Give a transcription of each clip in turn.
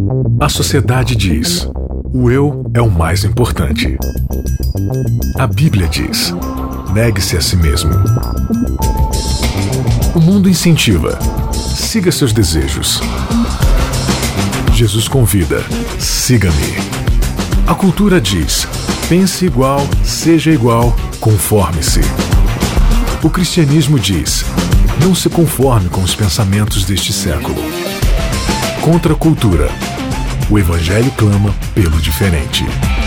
A sociedade diz: o eu é o mais importante. A Bíblia diz: negue-se a si mesmo. O mundo incentiva: siga seus desejos. Jesus convida: siga-me. A cultura diz: pense igual, seja igual, conforme-se. O cristianismo diz: não se conforme com os pensamentos deste século. Contra a cultura, o Evangelho clama pelo diferente.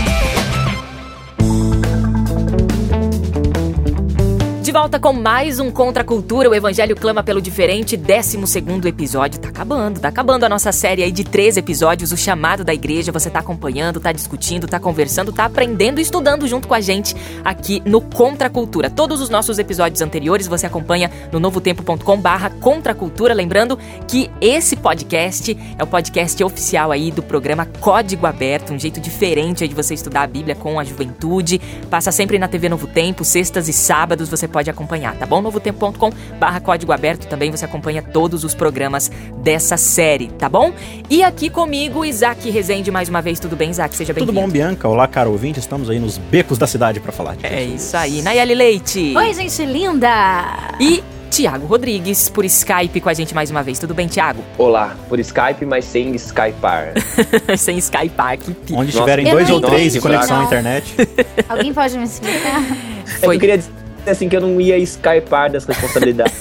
De volta com mais um Contra a Cultura, o Evangelho clama pelo diferente, 12º episódio. Tá acabando a nossa série aí de 3 episódios, o chamado da igreja. Você tá acompanhando, tá discutindo, tá conversando, tá aprendendo e estudando junto com a gente aqui no Contra a Cultura. Todos os nossos episódios anteriores você acompanha no novotempo.com/Contra a Cultura. Lembrando que esse podcast é o podcast oficial aí do programa Código Aberto, um jeito diferente aí de você estudar a Bíblia com a juventude. Passa sempre na TV Novo Tempo, sextas e sábados você pode acompanhar, tá bom? novotempo.com/Código Aberto, também você acompanha todos os programas dessa série, tá bom? E aqui comigo, Isaac Rezende, mais uma vez. Tudo bem, Isaac? Seja bem-vindo. Tudo bom, Bianca? Olá, caro ouvinte. Estamos aí nos becos da cidade pra falar de Jesus. É isso aí. Nayeli Leite. Oi, gente linda! E Tiago Rodrigues, por Skype com a gente mais uma vez. Tudo bem, Tiago? Olá, por Skype, mas sem Skypar. Sem Skypar, que pique. Onde tiverem 2 ou 3 e conexão à internet. Alguém pode me explicar? Foi. Eu queria dizer assim que eu não ia Skypar das responsabilidades.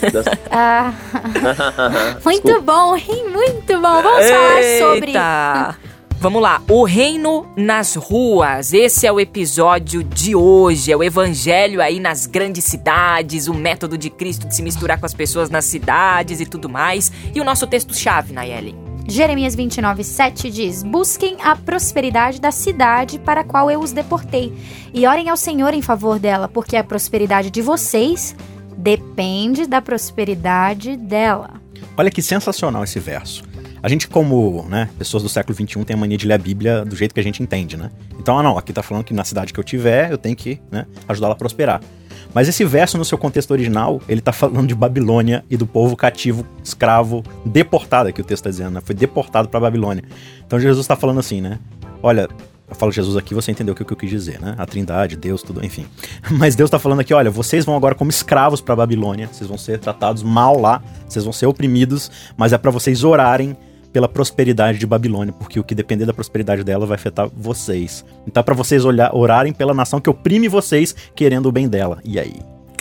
Muito bom, hein? Muito bom. Vamos falar sobre... Vamos lá, o reino nas ruas, esse é o episódio de hoje, é o evangelho aí nas grandes cidades, o método de Cristo de se misturar com as pessoas nas cidades e tudo mais. E o nosso texto-chave, Nayeli? Jeremias 29:7 diz: busquem a prosperidade da cidade para a qual eu os deportei, e orem ao Senhor em favor dela, porque a prosperidade de vocês depende da prosperidade dela. Olha que sensacional esse verso. A gente, como, pessoas do século XXI, tem a mania de ler a Bíblia do jeito que a gente entende, né? Então, aqui tá falando que na cidade que eu tiver, eu tenho que, ajudá-la a prosperar. Mas esse verso, no seu contexto original, ele tá falando de Babilônia e do povo cativo, escravo, deportado, aqui o texto tá dizendo, né? Foi deportado pra Babilônia. Então, Jesus tá falando assim, né? Olha, eu falo Jesus aqui, você entendeu o que eu quis dizer, né? A Trindade, Deus, tudo, enfim. Mas Deus tá falando aqui, olha, vocês vão agora como escravos pra Babilônia, vocês vão ser tratados mal lá, vocês vão ser oprimidos, mas é pra vocês orarem pela prosperidade de Babilônia, porque o que depender da prosperidade dela vai afetar vocês. Então é pra vocês orarem pela nação que oprime vocês, querendo o bem dela. E aí?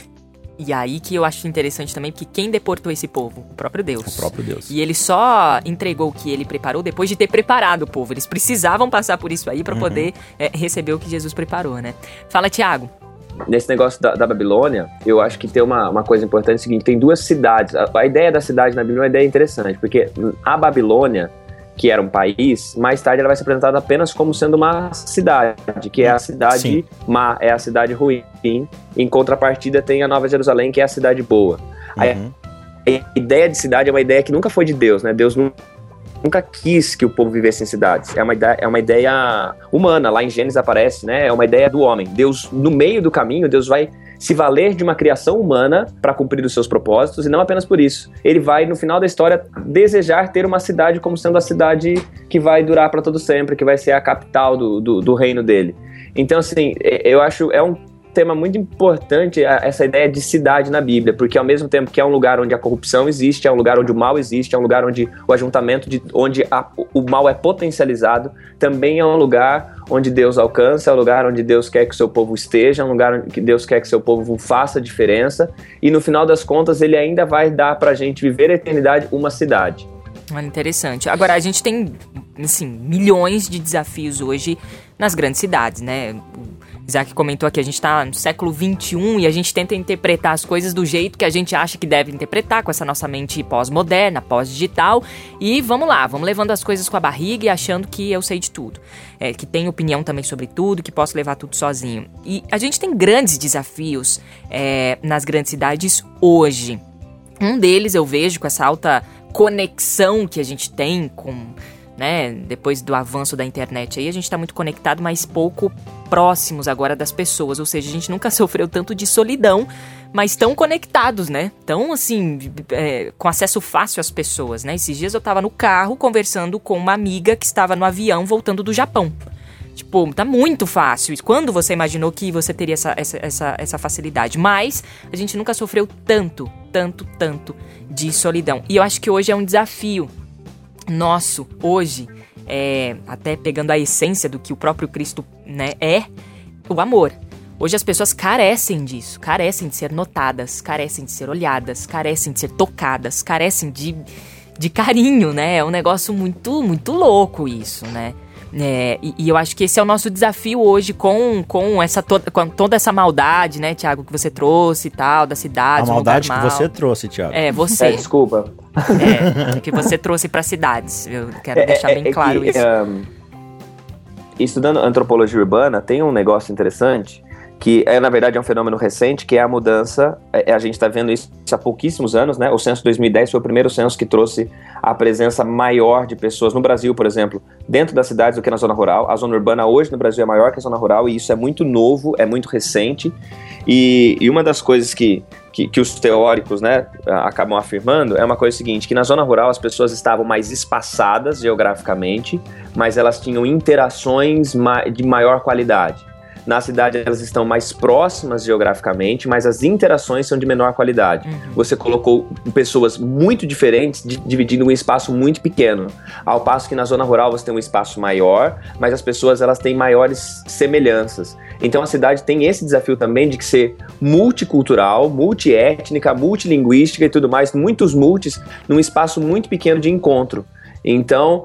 E aí que eu acho interessante também, porque quem deportou esse povo? O próprio Deus. O próprio Deus. E ele só entregou o que ele preparou depois de ter preparado o povo. Eles precisavam passar por isso aí pra poder receber o que Jesus preparou, né? Fala, Tiago. Nesse negócio da Babilônia, eu acho que tem uma coisa importante, é o seguinte, tem 2 cidades. A ideia da cidade na Bíblia é uma ideia interessante, porque a Babilônia, que era um país, mais tarde ela vai ser apresentada apenas como sendo uma cidade, que é a cidade má, é a cidade ruim. Em contrapartida tem a Nova Jerusalém, que é a cidade boa. A ideia de cidade é uma ideia que nunca foi de Deus, né? Deus nunca quis que o povo vivesse em cidades. É uma ideia humana. Lá em Gênesis aparece, né? É uma ideia do homem. Deus, no meio do caminho, Deus vai se valer de uma criação humana para cumprir os seus propósitos, e não apenas por isso. Ele vai, no final da história, desejar ter uma cidade como sendo a cidade que vai durar para todo sempre, que vai ser a capital do reino dele. Então, assim, eu acho... É um tema muito importante essa ideia de cidade na Bíblia, porque ao mesmo tempo que é um lugar onde a corrupção existe, é um lugar onde o mal existe, é um lugar onde o ajuntamento, onde o mal é potencializado, também é um lugar onde Deus alcança, é um lugar onde Deus quer que o seu povo esteja, é um lugar onde Deus quer que o seu povo faça diferença, e no final das contas ele ainda vai dar pra gente viver a eternidade uma cidade. Olha, interessante. Agora, a gente tem, assim, milhões de desafios hoje nas grandes cidades, né? Isaac comentou aqui, a gente está no século XXI e a gente tenta interpretar as coisas do jeito que a gente acha que deve interpretar, com essa nossa mente pós-moderna, pós-digital, e vamos lá, vamos levando as coisas com a barriga e achando que eu sei de tudo, que tenho opinião também sobre tudo, que posso levar tudo sozinho. E a gente tem grandes desafios nas grandes cidades hoje. Um deles eu vejo com essa alta conexão que a gente tem com... depois do avanço da internet aí, a gente está muito conectado, mas pouco próximos agora das pessoas, ou seja, a gente nunca sofreu tanto de solidão, mas tão conectados, né? Tão, assim, com acesso fácil às pessoas, né? Esses dias eu tava no carro conversando com uma amiga que estava no avião voltando do Japão. Tipo, tá muito fácil. Quando você imaginou que você teria essa facilidade? Mas a gente nunca sofreu tanto de solidão. E eu acho que hoje é um desafio nosso, hoje, até pegando a essência do que o próprio Cristo, né, é o amor. Hoje as pessoas carecem disso, carecem de ser notadas, carecem de ser olhadas, carecem de ser tocadas, carecem de carinho, né? É um negócio muito, muito louco isso, né? E eu acho que esse é o nosso desafio hoje com toda essa maldade, né, Thiago, que você trouxe e tal, da cidade. A maldade que você trouxe, Thiago. Você. Desculpa. Que você trouxe para cidades. Eu quero deixar bem claro isso. Estudando antropologia urbana, tem um negócio interessante que na verdade é um fenômeno recente, que é a mudança. A gente está vendo isso há pouquíssimos anos, né? O censo 2010 foi o primeiro censo que trouxe a presença maior de pessoas no Brasil, por exemplo, dentro das cidades do que na zona rural. A zona urbana hoje no Brasil é maior que a zona rural, e isso é muito novo, é muito recente. E uma das coisas que os teóricos, né, acabam afirmando é uma coisa seguinte, que na zona rural as pessoas estavam mais espaçadas geograficamente, mas elas tinham interações de maior qualidade. Na cidade elas estão mais próximas geograficamente, mas as interações são de menor qualidade. Você colocou pessoas muito diferentes dividindo um espaço muito pequeno. Ao passo que na zona rural você tem um espaço maior, mas as pessoas elas têm maiores semelhanças. Então a cidade tem esse desafio também de ser multicultural, multiétnica, multilinguística e tudo mais, muitos multis, num espaço muito pequeno de encontro. Então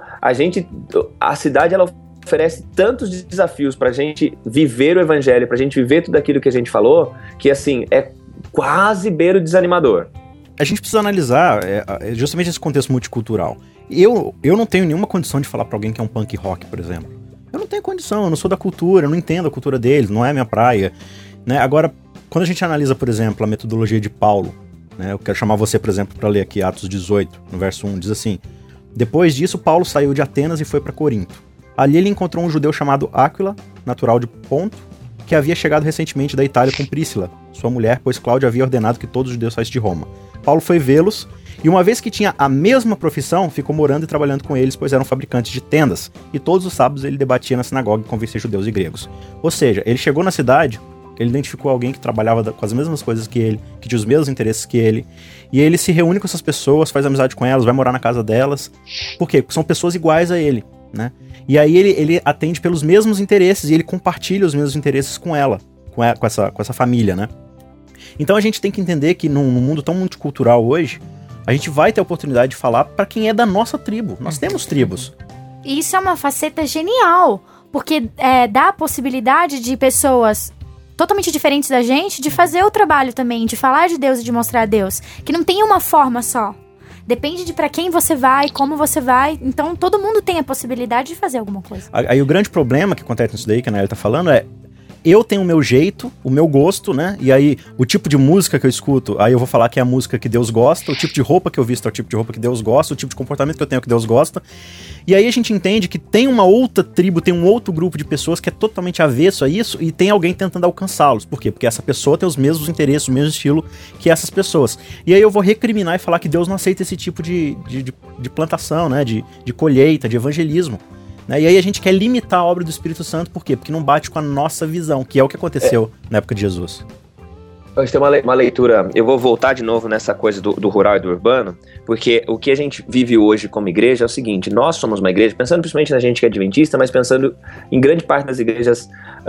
a cidade ela oferece tantos desafios pra gente viver o evangelho, pra gente viver tudo aquilo que a gente falou, que assim, é quase beiro desanimador. A gente precisa analisar justamente esse contexto multicultural. Eu não tenho nenhuma condição de falar pra alguém que é um punk rock, por exemplo. Eu não tenho condição, eu não sou da cultura, eu não entendo a cultura deles, não é minha praia, né? Agora, quando a gente analisa, por exemplo, a metodologia de Paulo, né? Eu quero chamar você, por exemplo, para ler aqui Atos 18, no verso 1, diz assim: depois disso, Paulo saiu de Atenas e foi para Corinto. Ali ele encontrou um judeu chamado Áquila, natural de Ponto, que havia chegado recentemente da Itália com Príscila, sua mulher, pois Cláudio havia ordenado que todos os judeus saíssem de Roma. Paulo foi vê-los, e uma vez que tinha a mesma profissão, ficou morando e trabalhando com eles, pois eram fabricantes de tendas, e todos os sábados ele debatia na sinagoga e convencia judeus e gregos. Ou seja, ele chegou na cidade, ele identificou alguém que trabalhava com as mesmas coisas que ele, que tinha os mesmos interesses que ele, e ele se reúne com essas pessoas, faz amizade com elas, vai morar na casa delas. Por quê? Porque são pessoas iguais a ele, né? E aí ele atende pelos mesmos interesses e ele compartilha os mesmos interesses com ela, com essa família, né? Então a gente tem que entender que num mundo tão multicultural hoje, a gente vai ter a oportunidade de falar para quem é da nossa tribo. Nós temos tribos. E isso é uma faceta genial, porque dá a possibilidade de pessoas totalmente diferentes da gente de fazer o trabalho também, de falar de Deus e de mostrar a Deus, que não tem uma forma só. Depende de pra quem você vai, como você vai. Então, todo mundo tem a possibilidade de fazer alguma coisa. Aí o grande problema que acontece nisso daí, que a Naeli tá falando, eu tenho o meu jeito, o meu gosto, né? E aí, o tipo de música que eu escuto, aí eu vou falar que é a música que Deus gosta, o tipo de roupa que eu visto é o tipo de roupa que Deus gosta, o tipo de comportamento que eu tenho é o que Deus gosta. E aí a gente entende que tem uma outra tribo, tem um outro grupo de pessoas que é totalmente avesso a isso e tem alguém tentando alcançá-los. Por quê? Porque essa pessoa tem os mesmos interesses, o mesmo estilo que essas pessoas. E aí eu vou recriminar e falar que Deus não aceita esse tipo de plantação, né? De colheita, de evangelismo. Né? E aí a gente quer limitar a obra do Espírito Santo, por quê? Porque não bate com a nossa visão, que é o que aconteceu na época de Jesus. Hoje tem uma leitura, eu vou voltar de novo nessa coisa do rural e do urbano, porque o que a gente vive hoje como igreja é o seguinte: nós somos uma igreja, pensando principalmente na gente que é adventista, mas pensando em grande parte das igrejas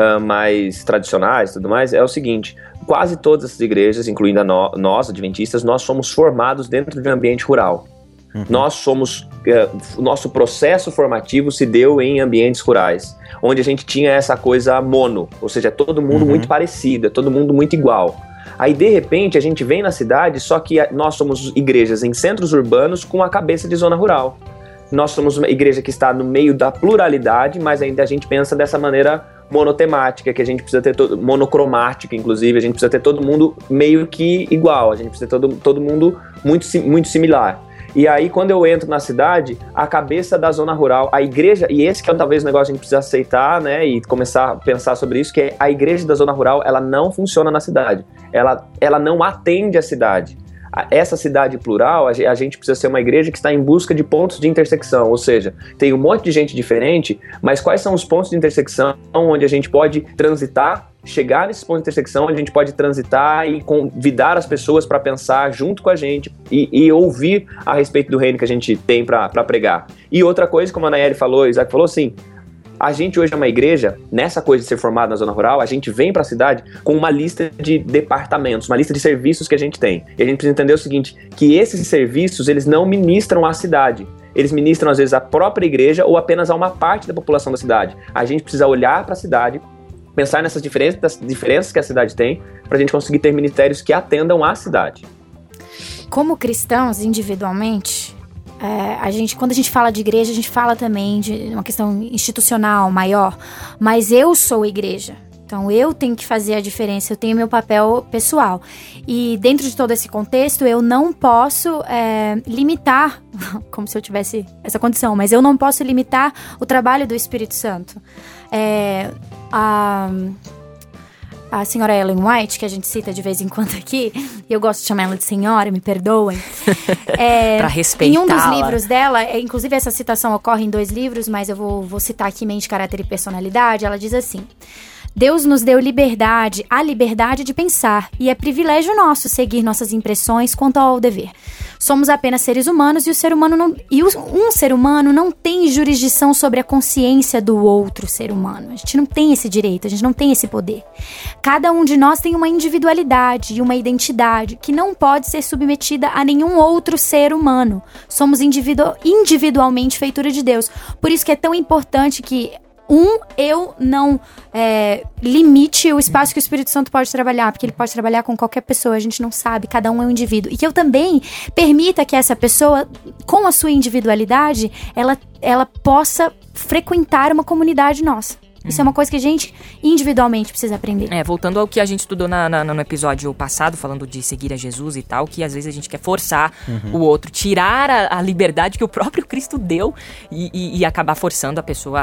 mais tradicionais e tudo mais, é o seguinte: quase todas essas igrejas, incluindo nós, adventistas, nós somos formados dentro de um ambiente rural. Nós somos, nosso processo formativo se deu em ambientes rurais, onde a gente tinha essa coisa mono, ou seja, todo mundo muito parecido, todo mundo muito igual. Aí, de repente, a gente vem na cidade, só que nós somos igrejas em centros urbanos com a cabeça de zona rural. Nós somos uma igreja que está no meio da pluralidade, mas ainda a gente pensa dessa maneira monotemática, que a gente precisa ter monocromática, inclusive, a gente precisa ter todo mundo meio que igual, a gente precisa ter todo mundo muito similar. E aí, quando eu entro na cidade, a cabeça da zona rural, a igreja, e esse que é talvez o negócio que a gente precisa aceitar, né, e começar a pensar sobre isso, que é a igreja da zona rural, ela não funciona na cidade. Ela não atende a cidade. Essa cidade plural, a gente precisa ser uma igreja que está em busca de pontos de intersecção, ou seja, tem um monte de gente diferente, mas quais são os pontos de intersecção onde a gente pode transitar, chegar nesses pontos de intersecção, onde a gente pode transitar e convidar as pessoas para pensar junto com a gente e ouvir a respeito do reino que a gente tem para pregar. E outra coisa, como a Nayeli falou, Isaac falou, assim, a gente hoje é uma igreja, nessa coisa de ser formada na zona rural, a gente vem para a cidade com uma lista de departamentos, uma lista de serviços que a gente tem. E a gente precisa entender o seguinte, que esses serviços, eles não ministram à cidade. Eles ministram, às vezes, à própria igreja ou apenas a uma parte da população da cidade. A gente precisa olhar para a cidade, pensar nessas diferenças que a cidade tem, para a gente conseguir ter ministérios que atendam à cidade. Como cristãos, individualmente, quando a gente fala de igreja, a gente fala também de uma questão institucional maior, mas eu sou igreja, então eu tenho que fazer a diferença, eu tenho meu papel pessoal, e dentro de todo esse contexto eu não posso limitar, como se eu tivesse essa condição, mas eu não posso limitar o trabalho do Espírito Santo. A senhora Ellen White, que a gente cita de vez em quando aqui, e eu gosto de chamar ela de senhora, me perdoem. Pra respeitá-la. Em um dos livros dela, inclusive essa citação ocorre em 2 livros, mas eu vou citar aqui Mente, Caráter e Personalidade, ela diz assim: Deus nos deu a liberdade de pensar, e é privilégio nosso seguir nossas impressões quanto ao dever. Somos apenas seres humanos e um ser humano não tem jurisdição sobre a consciência do outro ser humano. A gente não tem esse direito, a gente não tem esse poder. Cada um de nós tem uma individualidade e uma identidade que não pode ser submetida a nenhum outro ser humano. Somos individualmente feitura de Deus. Por isso que é tão importante que eu não limite o espaço que o Espírito Santo pode trabalhar, porque ele pode trabalhar com qualquer pessoa, a gente não sabe, cada um é um indivíduo. E que eu também permita que essa pessoa, com a sua individualidade, ela possa frequentar uma comunidade nossa. Isso é uma coisa que a gente individualmente precisa aprender. Voltando ao que a gente estudou no episódio passado, falando de seguir a Jesus e tal, que às vezes a gente quer forçar o outro, tirar a liberdade que o próprio Cristo deu e acabar forçando a pessoa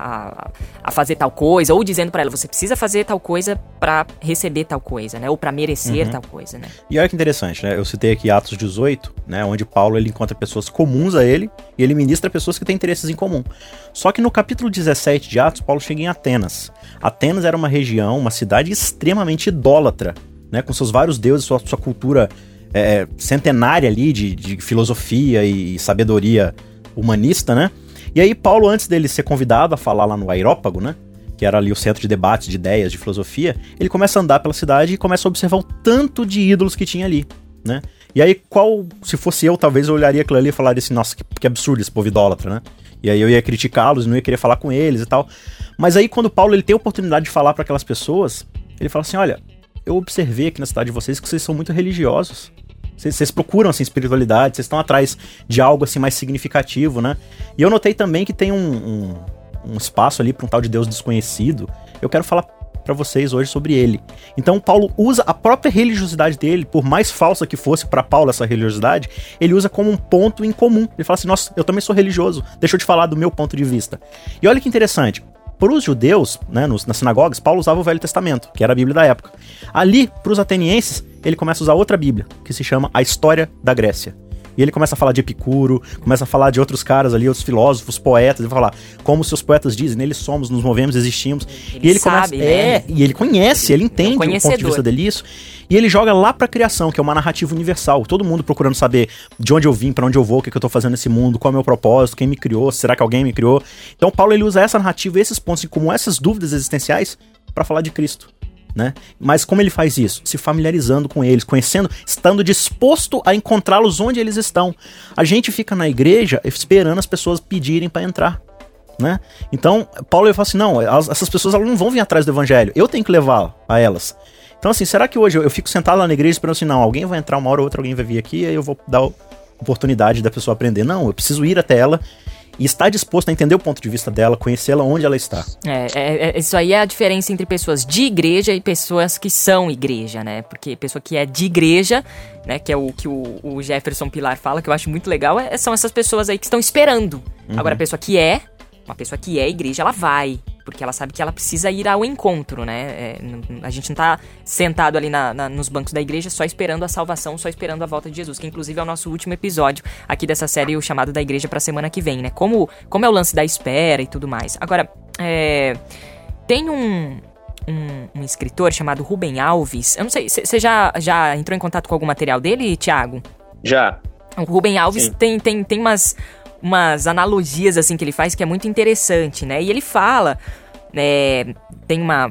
a fazer tal coisa, ou dizendo pra ela, você precisa fazer tal coisa pra receber tal coisa, né? Ou pra merecer tal coisa, né? E olha que interessante, né? Eu citei aqui Atos 18, né? Onde Paulo ele encontra pessoas comuns a ele e ele ministra pessoas que têm interesses em comum. Só que no capítulo 17 de Atos, Paulo chega em Atenas. Atenas era uma região, uma cidade extremamente idólatra, né, com seus vários deuses, sua cultura centenária ali de filosofia e sabedoria humanista, né? E aí Paulo, antes dele ser convidado a falar lá no Areópago, né, que era ali o centro de debate de ideias, de filosofia, ele começa a andar pela cidade e começa a observar o tanto de ídolos que tinha ali, né? E aí se fosse eu, talvez eu olharia aquilo ali e falaria assim, nossa, que absurdo esse povo idólatra, né? E aí eu ia criticá-los, não ia querer falar com eles e tal. Mas aí quando Paulo ele tem a oportunidade de falar para aquelas pessoas, ele fala assim, olha, eu observei aqui na cidade de vocês que vocês são muito religiosos. Vocês procuram assim, espiritualidade, vocês estão atrás de algo assim mais significativo, né? E eu notei também que tem um espaço ali para um tal de Deus desconhecido. Eu quero falar para vocês hoje sobre ele. Então Paulo usa a própria religiosidade dele, por mais falsa que fosse para Paulo essa religiosidade, ele usa como um ponto em comum. Ele fala assim, nossa, eu também sou religioso, deixa eu te falar do meu ponto de vista. E olha que interessante, para os judeus, né, nas sinagogas, Paulo usava o Velho Testamento, que era a Bíblia da época. Ali, para os atenienses, ele começa a usar outra Bíblia, que se chama A História da Grécia. E ele começa a falar de Epicuro, começa a falar de outros caras ali, outros filósofos, poetas, ele vai falar, como seus poetas dizem, neles somos, nos movemos, existimos. Ele sabe, né? E ele conhece, ele entende o ponto de vista dele, isso. E ele joga lá pra criação, que é uma narrativa universal. Todo mundo procurando saber de onde eu vim, pra onde eu vou, o que eu tô fazendo nesse mundo, qual é o meu propósito, quem me criou, será que alguém me criou? Então Paulo ele usa essa narrativa, esses pontos, como essas dúvidas existenciais, pra falar de Cristo. Né? Mas como ele faz isso? Se familiarizando com eles, conhecendo, estando disposto a encontrá-los onde eles estão. A gente fica na igreja esperando as pessoas pedirem para entrar, né? Então, Paulo ele fala assim, não, essas pessoas elas não vão vir atrás do evangelho, eu tenho que levar a elas. Então assim, será que hoje eu fico sentado lá na igreja esperando assim, não, alguém vai entrar uma hora ou outra, alguém vai vir aqui, aí eu vou dar a oportunidade da pessoa aprender? Não, eu preciso ir até ela e estar disposto a entender o ponto de vista dela, conhecê-la onde ela está. Isso aí é a diferença entre pessoas de igreja e pessoas que são igreja, né? Porque pessoa que é de igreja, né, que é o que o Jefferson Pilar fala, que eu acho muito legal, são essas pessoas aí que estão esperando. Agora, uma pessoa que é igreja, ela vai, porque ela sabe que ela precisa ir ao encontro, né? A gente não tá sentado ali nos bancos da igreja só esperando a salvação, só esperando a volta de Jesus, que inclusive é o nosso último episódio aqui dessa série, o chamado da igreja pra semana que vem, né? Como é o lance da espera e tudo mais. Agora, tem um escritor chamado Rubem Alves, eu não sei, você já entrou em contato com algum material dele, Thiago? Já. O Rubem Alves tem umas analogias, assim, que ele faz que é muito interessante, né? E ele fala, tem uma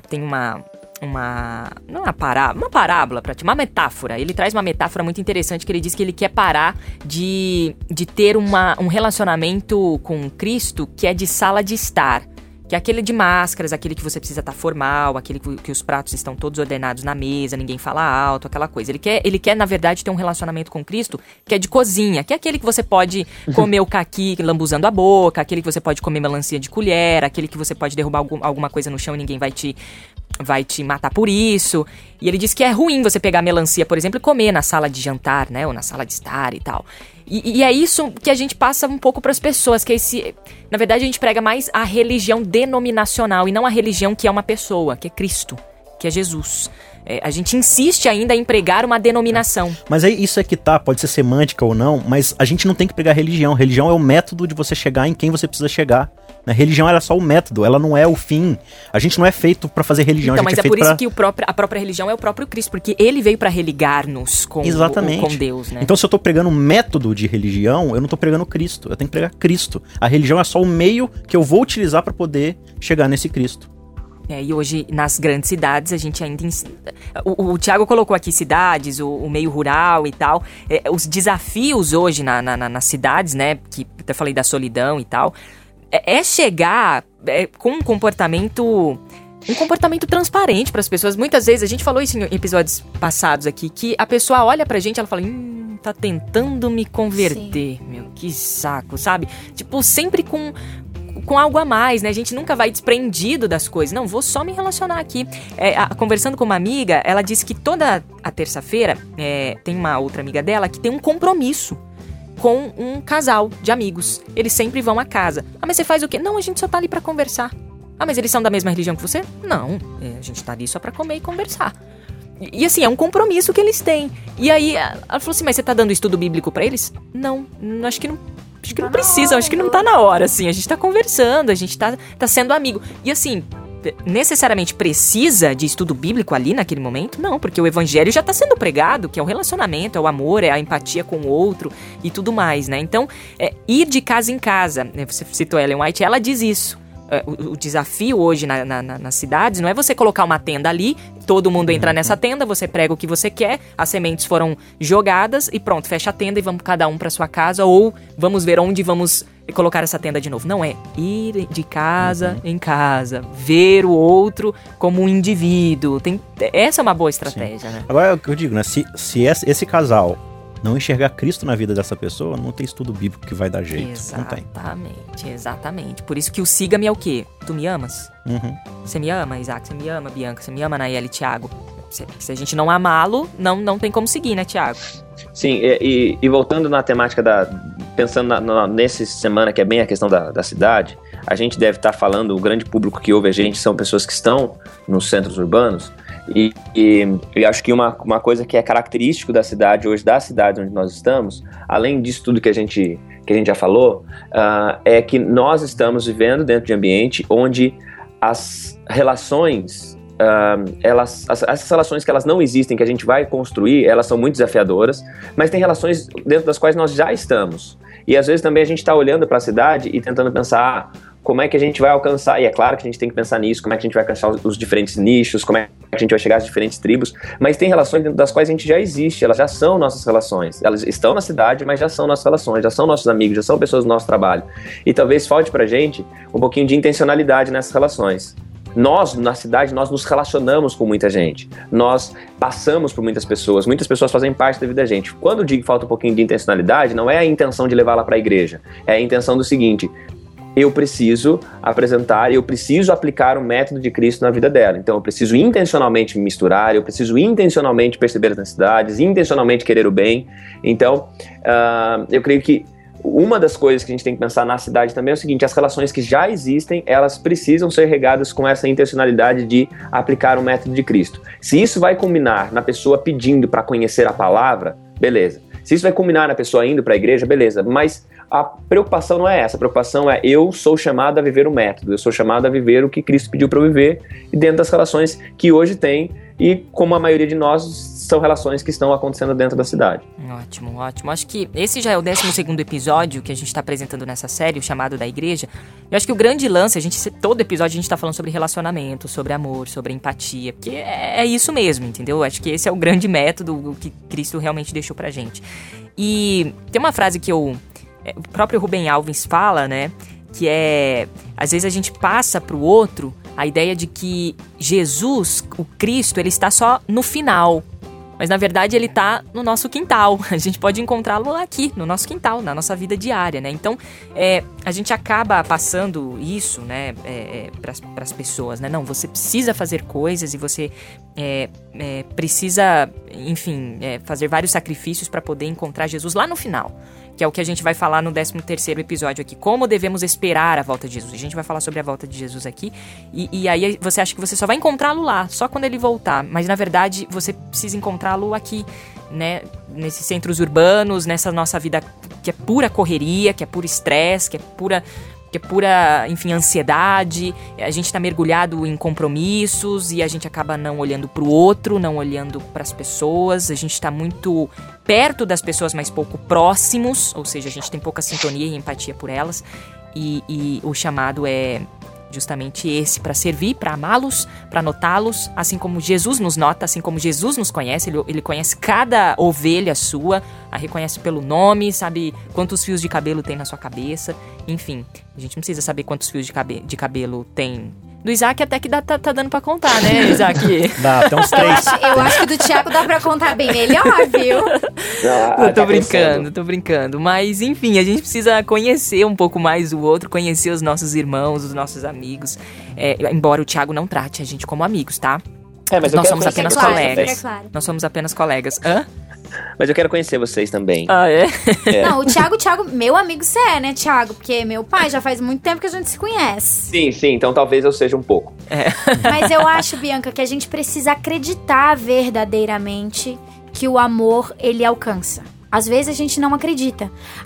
parábola, uma metáfora. Ele traz uma metáfora muito interessante, que ele diz que ele quer parar de ter um relacionamento com Cristo que é de sala de estar. Que é aquele de máscaras, aquele que você precisa estar formal, aquele que os pratos estão todos ordenados na mesa, ninguém fala alto, aquela coisa. Ele quer, na verdade, ter um relacionamento com Cristo que é de cozinha, que é aquele que você pode comer o caqui lambuzando a boca, aquele que você pode comer melancia de colher, aquele que você pode derrubar alguma coisa no chão e ninguém vai te matar por isso. E ele diz que é ruim você pegar melancia, por exemplo, e comer na sala de jantar, né, ou na sala de estar e tal. E é isso que a gente passa um pouco para as pessoas, que na verdade a gente prega mais a religião denominacional e não a religião que é uma pessoa, que é Cristo, que é Jesus. A gente insiste ainda em pregar uma denominação. Mas aí isso é que pode ser semântica ou não, mas a gente não tem que pregar religião. Religião é o método de você chegar em quem você precisa chegar. A religião era só o método, ela não é o fim. A gente não é feito pra fazer religião. Então, a gente mas é por isso que a própria religião é o próprio Cristo, porque ele veio pra religar-nos com Deus, né? Então, se eu tô pregando um método de religião, eu não tô pregando Cristo, eu tenho que pregar Cristo. A religião é só o meio que eu vou utilizar pra poder chegar nesse Cristo. E hoje, nas grandes cidades, a gente ainda... O Thiago colocou aqui cidades, o meio rural e tal. Os desafios hoje nas cidades, né? Que até falei da solidão e tal. É chegar com um comportamento transparente para as pessoas. Muitas vezes, a gente falou isso em episódios passados aqui, que a pessoa olha pra gente e ela fala, tá tentando me converter. Sim. Meu, que saco, sabe? Tipo, sempre com algo a mais, né? A gente nunca vai desprendido das coisas. Não, vou só me relacionar aqui. Conversando com uma amiga, ela disse que toda a terça-feira tem uma outra amiga dela que tem um compromisso com um casal de amigos. Eles sempre vão à casa. Mas você faz o quê? Não, a gente só tá ali pra conversar. Mas eles são da mesma religião que você? Não, a gente tá ali só pra comer e conversar. E assim, é um compromisso que eles têm. E aí, ela falou assim, mas você tá dando estudo bíblico pra eles? Não, acho que não precisa, acho que não tá na hora, assim. A gente tá conversando, a gente tá sendo amigo. E assim, necessariamente precisa de estudo bíblico ali naquele momento? Não, porque o evangelho já está sendo pregado, que é o relacionamento, é o amor, é a empatia com o outro e tudo mais, né? Então, ir de casa em casa, você citou Ellen White, ela diz isso. O desafio hoje nas cidades não é você colocar uma tenda ali, todo mundo entra nessa tenda, você prega o que você quer, as sementes foram jogadas e pronto, fecha a tenda e vamos cada um para sua casa, ou vamos ver onde vamos colocar essa tenda de novo. Não é ir de casa em casa, ver o outro como um indivíduo. Essa é uma boa estratégia, né? Agora é o que eu digo, né? Se esse casal não enxergar Cristo na vida dessa pessoa, não tem estudo bíblico que vai dar jeito. Exatamente. Por isso que o siga-me é o quê? Tu me amas? Você me ama, Isaac? Você me ama, Bianca? Você me ama, Nayeli e Thiago? Se a gente não amá-lo, não tem como seguir, né, Thiago? Sim, e voltando na temática pensando nessa semana, que é bem a questão da cidade, a gente deve estar falando, o grande público que ouve a gente são pessoas que estão nos centros urbanos, e acho que uma coisa que é característico da cidade hoje, da cidade onde nós estamos, além disso tudo que a gente já falou, é que nós estamos vivendo dentro de um ambiente onde as relações, essas relações que elas não existem, que a gente vai construir, elas são muito desafiadoras, mas tem relações dentro das quais nós já estamos. E às vezes também a gente está olhando para a cidade e tentando pensar como é que a gente vai alcançar, e é claro que a gente tem que pensar nisso, como é que a gente vai alcançar os diferentes nichos, como é que a gente vai chegar às diferentes tribos, mas tem relações dentro das quais a gente já existe, elas já são nossas relações, elas estão na cidade, mas já são nossas relações, já são nossos amigos, já são pessoas do nosso trabalho, e talvez falte pra gente um pouquinho de intencionalidade nessas relações. Nós, na cidade, nós nos relacionamos com muita gente. Nós passamos por muitas pessoas fazem parte da vida da gente. Quando eu digo que falta um pouquinho de intencionalidade, não é a intenção de levá-la para a igreja. É a intenção do seguinte: eu preciso apresentar, eu preciso aplicar o método de Cristo na vida dela. Então eu preciso intencionalmente me misturar, eu preciso intencionalmente perceber as necessidades, intencionalmente querer o bem. Então, eu creio que uma das coisas que a gente tem que pensar na cidade também é o seguinte: as relações que já existem, elas precisam ser regadas com essa intencionalidade de aplicar o método de Cristo. Se isso vai culminar na pessoa pedindo para conhecer a palavra, beleza. Se isso vai culminar na pessoa indo para a igreja, beleza. Mas a preocupação não é essa. A preocupação é: eu sou chamado a viver o método, eu sou chamado a viver o que Cristo pediu para eu viver, e dentro das relações que hoje tem, e como a maioria de nós, são relações que estão acontecendo dentro da cidade. Ótimo, ótimo. Acho que esse já é o 12º episódio que a gente está apresentando nessa série, o Chamado da Igreja. Eu acho que o grande lance, todo episódio a gente está falando sobre relacionamento, sobre amor, sobre empatia, porque é isso mesmo, entendeu? Eu acho que esse é o grande método, o que Cristo realmente deixou pra gente. E tem uma frase que o próprio Rubem Alves fala, né, que é: às vezes a gente passa pro outro a ideia de que Jesus, o Cristo, ele está só no final. Mas na verdade ele está no nosso quintal. A gente pode encontrá-lo aqui, no nosso quintal, na nossa vida diária, né? Então, a gente acaba passando isso, né, para as pessoas, né? Não, você precisa fazer coisas e você precisa, enfim, fazer vários sacrifícios para poder encontrar Jesus lá no final. Que é o que a gente vai falar no 13º episódio aqui. Como devemos esperar a volta de Jesus. A gente vai falar sobre a volta de Jesus aqui. E aí você acha que você só vai encontrá-lo lá, só quando ele voltar. Mas na verdade você precisa encontrá-lo aqui, né? Nesses centros urbanos, nessa nossa vida que é pura correria, que é puro estresse, que é pura, enfim, ansiedade. A gente está mergulhado em compromissos e a gente acaba não olhando para o outro, não olhando para as pessoas. A gente está muito perto das pessoas, mas pouco próximos, ou seja, a gente tem pouca sintonia e empatia por elas. E o chamado é justamente esse, para servir, para amá-los, para notá-los, assim como Jesus nos nota, assim como Jesus nos conhece. Ele conhece cada ovelha sua, a reconhece pelo nome, sabe quantos fios de cabelo tem na sua cabeça. Enfim, a gente não precisa saber quantos fios de cabelo tem do Isaac, até que tá dando pra contar, né, Isaac? Dá, tem uns 3. Eu acho que do Thiago dá pra contar bem melhor, viu? Eu tô brincando. Mas, enfim, a gente precisa conhecer um pouco mais o outro, conhecer os nossos irmãos, os nossos amigos. Embora o Thiago não trate a gente como amigos, tá? Mas nós somos apenas colegas. Claro. Nós somos apenas colegas. Hã? Mas eu quero conhecer vocês também. Ah, é? Não, o Thiago, meu amigo você é, né, Thiago? Porque meu pai já faz muito tempo que a gente se conhece. Sim, então talvez eu seja um pouco. Mas eu acho, Bianca, que a gente precisa acreditar verdadeiramente que o amor, ele alcança. Às vezes a gente não acredita.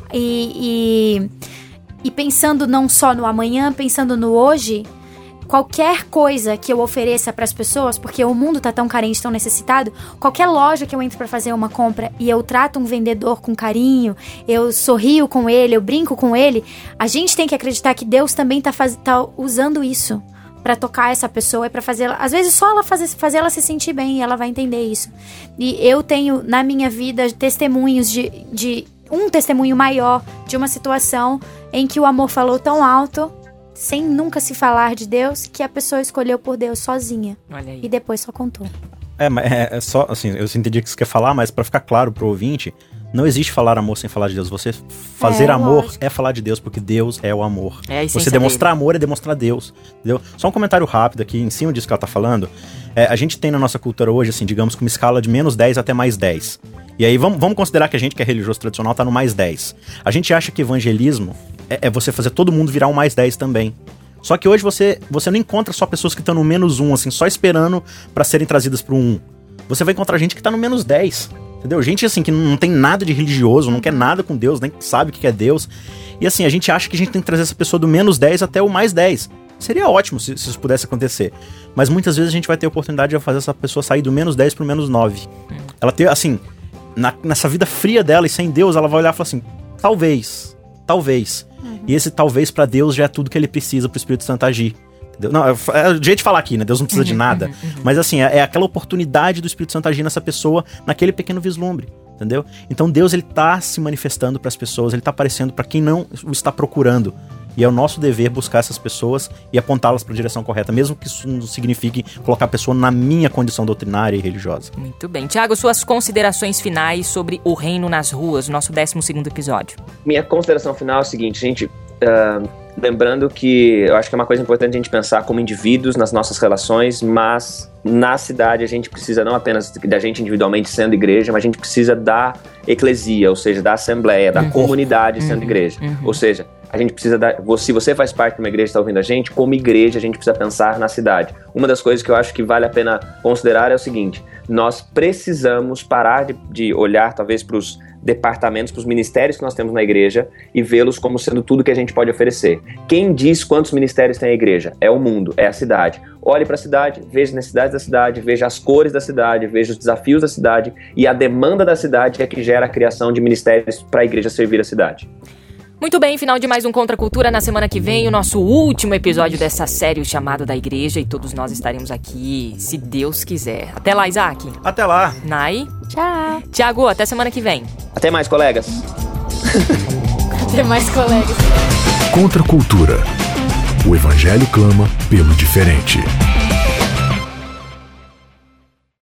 E pensando não só no amanhã, pensando no hoje, qualquer coisa que eu ofereça para as pessoas, porque o mundo tá tão carente, tão necessitado, qualquer loja que eu entro para fazer uma compra e eu trato um vendedor com carinho, eu sorrio com ele, eu brinco com ele, a gente tem que acreditar que Deus também tá usando isso para tocar essa pessoa e para fazer ela, às vezes só ela fazer ela se sentir bem, e ela vai entender isso. E eu tenho na minha vida testemunhos de um testemunho maior de uma situação em que o amor falou tão alto, sem nunca se falar de Deus, que a pessoa escolheu por Deus sozinha. Olha aí. E depois só contou. É só, assim, eu entendi o que você quer falar, mas pra ficar claro pro ouvinte, não existe falar amor sem falar de Deus. Você fazer amor lógico. É falar de Deus, porque Deus é o amor. É a essência você demonstrar dele. amor é demonstrar Deus, entendeu? Só um comentário rápido aqui, em cima disso que ela tá falando. A gente tem na nossa cultura hoje, assim, digamos que uma escala de menos 10 até mais 10. E aí vamos considerar que a gente, que é religioso tradicional, tá no mais 10. A gente acha que evangelismo é você fazer todo mundo virar um mais 10 também. Só que hoje você não encontra só pessoas que estão no menos 1, assim, só esperando pra serem trazidas pro 1. Você vai encontrar gente que tá no menos 10, entendeu? Gente, assim, que não tem nada de religioso, não quer nada com Deus, nem sabe o que é Deus. E assim, a gente acha que a gente tem que trazer essa pessoa do menos 10 até o mais 10. Seria ótimo se isso pudesse acontecer. Mas muitas vezes a gente vai ter a oportunidade de fazer essa pessoa sair do menos 10 pro menos 9. Ela ter, assim, nessa vida fria dela e sem Deus, ela vai olhar e falar assim, talvez. E esse talvez pra Deus já é tudo que ele precisa pro Espírito Santo agir. Entendeu? Não, é o jeito de falar aqui, né? Deus não precisa de nada. Mas assim, é aquela oportunidade do Espírito Santo agir nessa pessoa, naquele pequeno vislumbre. Entendeu? Então Deus, ele tá se manifestando pras pessoas, ele tá aparecendo pra quem não o está procurando. E é o nosso dever buscar essas pessoas e apontá-las para a direção correta, mesmo que isso não signifique colocar a pessoa na minha condição doutrinária e religiosa. Muito bem. Tiago, suas considerações finais sobre o reino nas ruas, nosso 12º episódio. Minha consideração final é o seguinte, gente... lembrando que eu acho que é uma coisa importante a gente pensar como indivíduos nas nossas relações, mas na cidade a gente precisa não apenas da gente individualmente sendo igreja, mas a gente precisa da eclesia, ou seja, da assembleia, da comunidade sendo igreja. Ou seja, a gente precisa se você faz parte de uma igreja e está ouvindo a gente, como igreja a gente precisa pensar na cidade. Uma das coisas que eu acho que vale a pena considerar é o seguinte, nós precisamos parar de olhar talvez para os departamentos, para os ministérios que nós temos na igreja e vê-los como sendo tudo que a gente pode oferecer. Quem diz quantos ministérios tem a igreja? É o mundo, é a cidade. Olhe para a cidade, veja as necessidades da cidade, veja as cores da cidade, veja os desafios da cidade e a demanda da cidade é que gera a criação de ministérios para a igreja servir a cidade. Muito bem, final de mais um Contra a Cultura. Na semana que vem, o nosso último episódio dessa série, o Chamado da Igreja, e todos nós estaremos aqui, se Deus quiser. Até lá, Isaac. Até lá. Nai. Tchau. Tiago, até semana que vem. Até mais, colegas. Até mais, colegas. Contra a Cultura. O Evangelho clama pelo diferente.